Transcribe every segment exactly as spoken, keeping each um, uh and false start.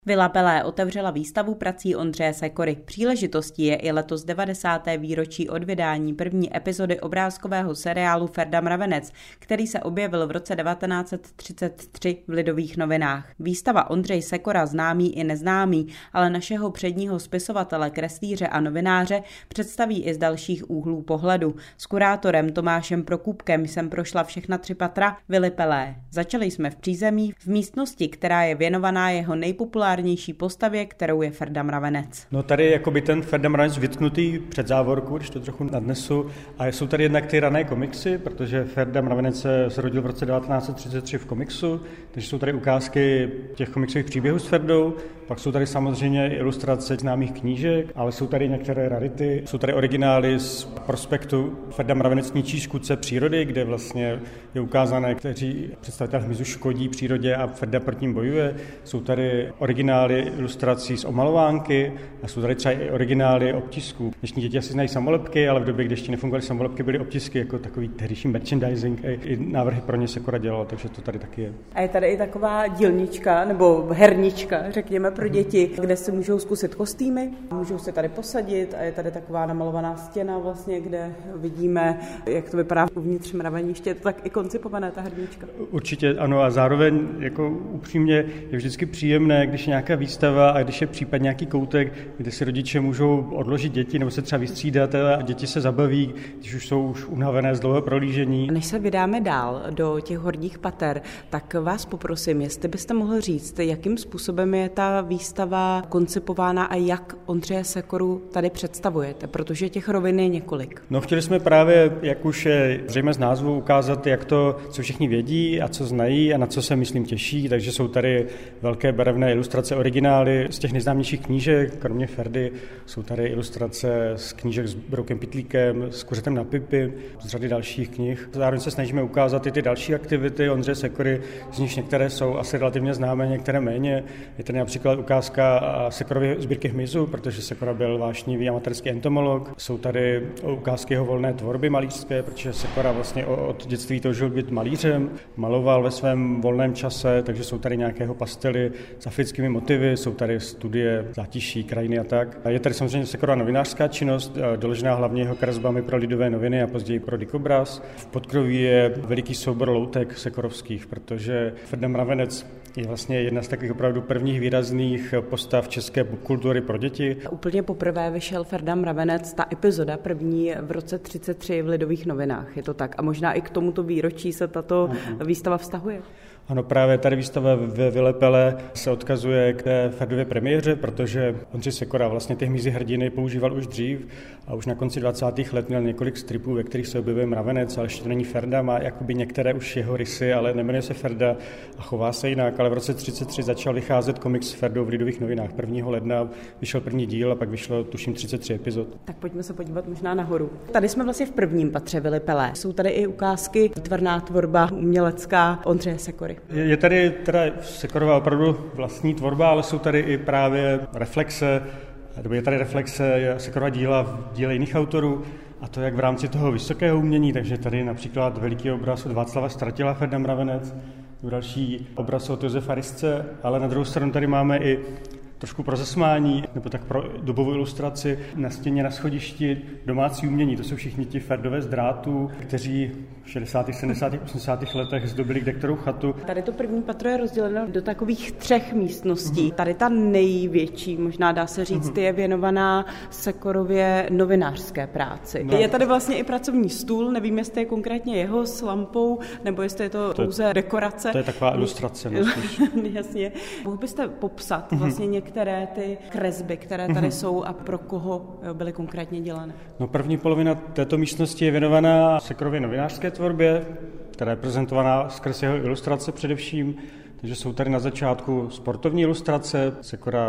Vila Pelé otevřela výstavu prací Ondřeje Sekory. Příležitostí je i letos devadesáté výročí od vydání první epizody obrázkového seriálu Ferda Mravenec, který se objevil v roce devatenáct set třicet tři v Lidových novinách. Výstava Ondřej Sekora, známý i neznámý, ale našeho předního spisovatele, kreslíře a novináře, představí i z dalších úhlů pohledu. S kurátorem Tomášem Prokupkem jsem prošla všechna tři patra Vily Pelé. Začali jsme v přízemí, v místnosti, která je věnovaná jeho nejpopulárnější postavě, kterou je Ferda Mravenec. No tady je jakoby ten Ferda Mravenec vytknutý před závorku, když to trochu nadnesu, a jsou tady jednak ty rané komiksy, protože Ferda Mravenec se zrodil v roce devatenáct set třicet tři v komiksu, takže jsou tady ukázky těch komiksových příběhů s Ferdou, pak jsou tady samozřejmě ilustrace známých knížek, ale jsou tady některé rarity, jsou tady originály z prospektu Ferda Mravenec ničí škůdce přírody, kde vlastně je ukázané, kteří představitelé hmyzu škodí přírodě a Ferda proti ním bojuje. Jsou tady originály ilustrací z omalovánky a jsou tady třeba i originály obtisků. Dnešní děti asi znají samolepky, ale v době, kdy ještě nefungovaly samolepky, byly obtisky jako takový tehdejší merchandising. I návrhy pro ně Sekora dělal, takže to tady taky je. A je tady i taková dílnička nebo hernička, řekněme, pro děti, kde si můžou zkusit kostýmy, můžou se tady posadit a je tady taková namalovaná stěna vlastně, kde vidíme, jak to vypadá uvnitř mraveniště. Je to tak i koncipované, ta hernička? Určitě ano, a zároveň jako upřímně je vždycky příjemné, když je nějaká výstava a když je případ nějaký koutek, kde si rodiče můžou odložit děti nebo se třeba vystřídat a děti se zabaví, když už jsou už unavené z dlouhého prolížení. Než se vydáme dál do těch horních pater, tak vás poprosím, jestli byste mohl říct, jakým způsobem je ta výstava koncipována a jak Ondřeje Sekoru tady představujete, protože těch rovin je několik. No, chtěli jsme právě, jak už je zřejmě z názvu, ukázat, jak to, co všichni vědí a co znají a na co se, myslím, těší, takže jsou tady velké barevné ilustrace, originály z těch nejznámějších knížek, kromě Ferdy jsou tady ilustrace z knížek s Broukem Pytlíkem, s Kuřetem na Pipy, z řady dalších knih. Zároveň se snažíme ukázat i ty další aktivity Ondřeje Sekory, z nich některé jsou asi relativně známé, některé méně. Je tady například ukázka Sekorovy sbírky hmyzu, protože Sekora byl vášnivý amatérský entomolog. Jsou tady ukázky jeho volné tvorby malířské, protože Sekora vlastně od dětství toužil být malířem, maloval ve svém volném čase, takže jsou tady nějakého pastely s africkými motivy, jsou tady studie zátiší, krajiny a tak. A je tady samozřejmě Sekora novinářská činnost, doložená hlavně jeho kresbami pro Lidové noviny a později pro Dikobraz. V podkroví je veliký soubor loutek sekorovských, protože Ferda Mravenec je vlastně jedna z takových opravdu prvních výrazných postav české popkultury pro děti. Úplně poprvé vyšel Ferda Mravenec, ta epizoda první v roce třicet tři v Lidových novinách, je to tak? A možná i k tomuto výročí se tato Aha. výstava vztahuje? Ano, právě tady výstava ve Vile Pelé se odkazuje k té Ferdově premiéře, protože Ondřej Sekora vlastně ty hmyzy hrdiny používal už dřív a už na konci dvacátých let měl několik stripů, ve kterých se objevuje Mravenec, ale ještě to není Ferda, má jakoby některé už jeho rysy, ale nejmenuje se Ferda a chová se jinak, ale v roce třicet tři začal vycházet komiks s Ferdou v Lidových novinách. prvního ledna vyšel první díl a pak vyšlo tuším třicet tři epizod. Tak pojďme se podívat možná nahoru. Tady jsme vlastně v prvním patře Vily Pelé. Jsou tady i ukázky, výtvarná tvorba umělecká Ondřeje Sekory. Je tady teda Sekorová opravdu vlastní tvorba, ale jsou tady i právě reflexe, je tady reflexe Sekorova díla v díle jiných autorů, a to jak v rámci toho vysokého umění, takže tady například veliký obraz od Václava Stratila, Ferda Mravenec, další obraz od Josefa Risce, ale na druhou stranu tady máme i trošku pro zasmání, nebo tak pro dobovou ilustraci na stěně na schodišti domácí umění. To jsou všichni ti Ferdové z drátů, kteří v šedesátých, sedmdesátých, osmdesátých letech zdobili kdekterou chatu. Tady to první patro je rozděleno do takových třech místností. Uh-huh. Tady ta největší, možná dá se říct, uh-huh. je věnovaná Sekorově novinářské práci. No. Je tady vlastně i pracovní stůl, nevím, jestli je konkrétně jeho s lampou, nebo jestli je to, to pouze dekorace. To je taková ilustrace. No, jasně. Mohl byste popsat uh-huh. vlastně některé ty kresby, které tady uh-huh. jsou a pro koho byly konkrétně dělané? No, první polovina této místnosti je věnovaná Sekorově novinářské tvorbě, která je prezentovaná skrz jeho ilustrace především. Takže jsou tady na začátku sportovní ilustrace. Sekora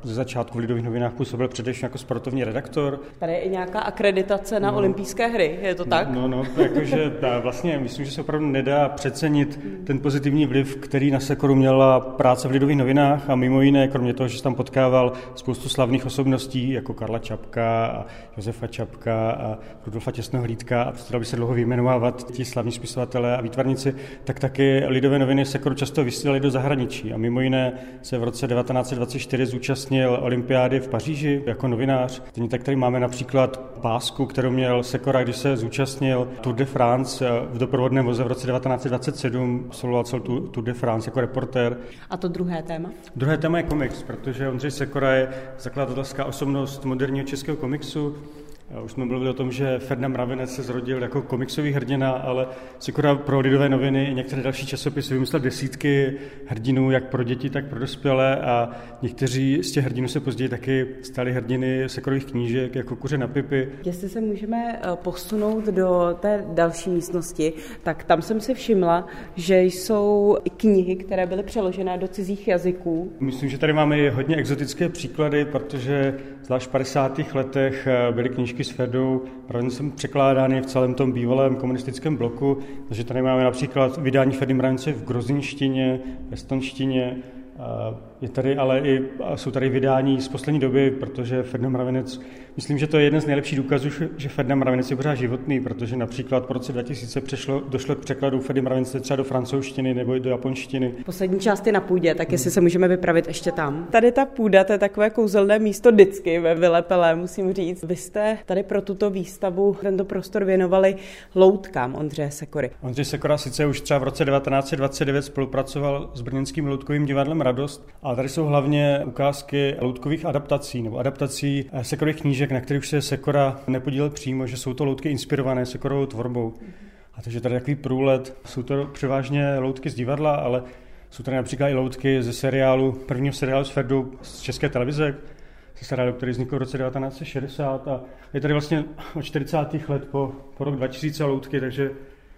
ze začátku v Lidových novinách působil především jako sportovní redaktor. Tady je i nějaká akreditace na no, olympijské hry, je to tak? No, no, no jakože vlastně myslím, že se opravdu nedá přecenit ten pozitivní vliv, který na Sekoru měla práce v Lidových novinách a mimo jiné, kromě toho, že tam potkával spoustu slavných osobností, jako Karla Čapka a Josefa Čapka a Rudolfa Těsnohlídka a dalo by se dlouho vyjmenovávat ti slavní spisovatelé a výtvarníci, tak taky Lidové noviny Sekoru často vysílali do zahraničí a mimo jiné se v roce devatenáct set dvacet čtyři zúčastnil olympiády v Paříži jako novinář. Teď tak tady máme například pásku, kterou měl Sekora, když se zúčastnil Tour de France v doprovodném voze v roce devatenáct set dvacet sedm, absolvoval celou Tour de France jako reportér. A to druhé téma? Druhé téma je komiks, protože Ondřej Sekora je zakladatelská osobnost moderního českého komiksu. Už jsme mluvili o tom, že Ferda Mravenec se zrodil jako komiksový hrdina, ale Sekora pro Lidové noviny i některé další časopisy vymyslel desítky hrdinů, jak pro děti, tak pro dospělé a někteří z těch hrdinů se později taky stali hrdiny Sekorových knížek, jako Kuře na Pipy. Jestli se můžeme posunout do té další místnosti, tak tam jsem si všimla, že jsou i knihy, které byly přeložené do cizích jazyků. Myslím, že tady máme hodně exotické příklady, protože zvlášť v padesátých letech byly knížky s Ferdou Mravencem překládány v celém tom bývalém komunistickém bloku, takže tady máme například vydání Ferdy Mravence v gruzínštině, v estonštině, je tady ale i, jsou tady vydání z poslední doby, protože Ferda Mravenec, myslím, že to je jeden z nejlepších důkazů, že Ferda Mravenec je pořád životný, protože například po roce dva tisíce přešlo, došlo k překladu Ferdy Mravence třeba do francouzštiny nebo do japonštiny. Poslední část je na půdě, tak jestli se můžeme vypravit ještě tam. Tady ta půda, to je takové kouzelné místo vždycky ve Vylepelé, musím říct. Vy jste tady pro tuto výstavu tento prostor věnovali loutkám Ondřeje Sekory. Ondřej Sekora sice už třeba v roce devatenáct set dvacet devět spolupracoval s brněnským loutkovým divadlem Radost, a tady jsou hlavně ukázky loutkových adaptací nebo adaptací Sekorových knížek, na kterých se Sekora nepodílel přímo, že jsou to loutky inspirované Sekorovou tvorbou. A takže tady takový průlet, jsou to převážně loutky z divadla, ale jsou tady například i loutky ze seriálu, prvního seriálu s Ferdou z České televize, ze seriálu, který vznikl v roce devatenáct set šedesát a je tady vlastně od čtyřicátých let po, po rok dva tisíce loutky, takže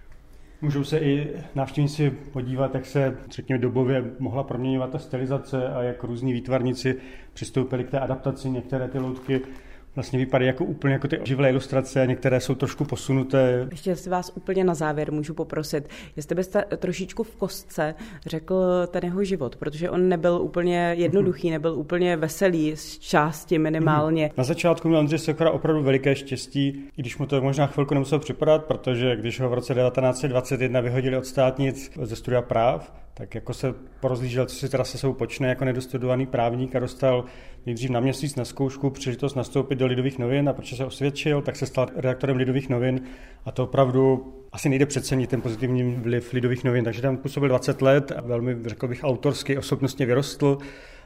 můžou se i návštěvníci podívat, jak se, řekněme, dobově mohla proměňovat ta stylizace a jak různí výtvarníci přistoupili k té adaptaci. Některé ty loutky vlastně vypadají jako úplně jako ty živé ilustrace, některé jsou trošku posunuté. Ještě si vás úplně na závěr můžu poprosit, jestli byste trošičku v kostce řekl ten jeho život, protože on nebyl úplně jednoduchý, nebyl úplně veselý z části minimálně. Na začátku měl Ondřej Sekora opravdu veliké štěstí, i když mu to možná chvilku nemuselo připadat, protože když ho v roce devatenáct set dvacet jedna vyhodili od státnic ze studia práv, tak jako se porozlížel, co si teda se sebou počne jako nedostudovaný právník a dostal nejdřív na měsíc na zkoušku příležitost nastoupit do Lidových novin a protože se osvědčil, tak se stal redaktorem Lidových novin a to opravdu asi nejde přecenit ten pozitivní vliv Lidových novin, takže tam působil dvacet let a velmi, řekl bych, autorsky, osobnostně vyrostl.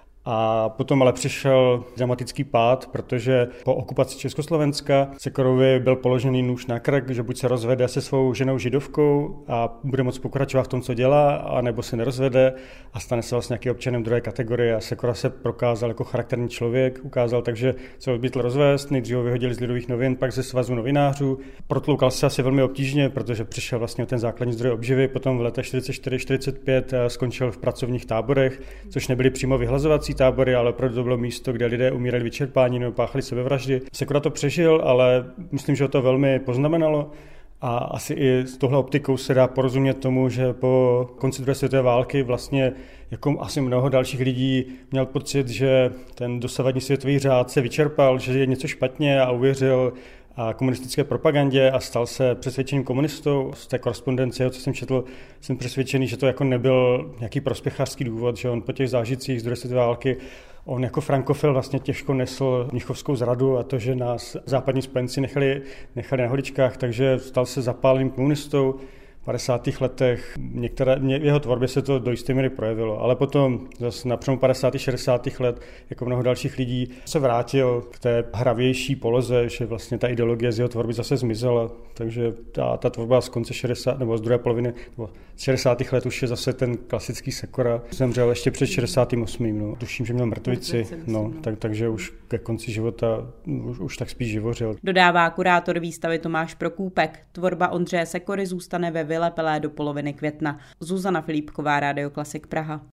A potom ale přišel dramatický pád, protože po okupaci Československa Sekorovi byl položený nůž na krk, že buď se rozvede se svou ženou židovkou a bude moct pokračovat v tom, co dělá, anebo se nerozvede a stane se vlastně nějaký občanem druhé kategorie. A Sekora se prokázal jako charakterní člověk, ukázal takže se odmítl rozvést, nejdřív ho vyhodili z Lidových novin, pak ze Svazu novinářů. Protloukal se asi velmi obtížně, protože přišel vlastně o ten základní zdroj obživy, potom v letech čtyřicet čtyři čtyřicet pět skončil v pracovních táborech, což nebyly přímo vyhlazovací tábory, ale opravdu to bylo místo, kde lidé umírali vyčerpání nebo páchali sebevraždy. Sekora to přežil, ale myslím, že ho to velmi poznamenalo a asi i s tohle optikou se dá porozumět tomu, že po konci druhé světové války vlastně jako asi mnoho dalších lidí měl pocit, že ten dosavadní světový řád se vyčerpal, že je něco špatně a uvěřil a komunistické propagandě a stal se přesvědčeným komunistou. Z té korespondence, co jsem četl, jsem přesvědčený, že to jako nebyl nějaký prospěchářský důvod, že on po těch zážitcích z druhé světové války on jako frankofil vlastně těžko nesl mnichovskou zradu a to, že nás západní spojenci nechali, nechali na holičkách, takže stal se zapáleným komunistou. V padesátých letech některé, v jeho tvorbě se to do jisté míry projevilo, ale potom zase na přelomu padesátých šedesátých let, jako mnoho dalších lidí, se vrátil k té hravější poloze, že vlastně ta ideologie z jeho tvorby zase zmizela, takže ta, ta tvorba z konce šedesátých nebo z druhé poloviny nebo z šedesátých let už je zase ten klasický Sekora. Zemřel ještě před šedesátým osmým No. Tuším, že měl mrtvici, no, tak, takže už ke konci života už, už tak spíš živořil. Dodává kurátor výstavy Tomáš Prokůpek. Tvorba Ondřeje Sekory zůstane ve Vylepelé do poloviny května. Zuzana Filipková, Rádio Klasik Praha.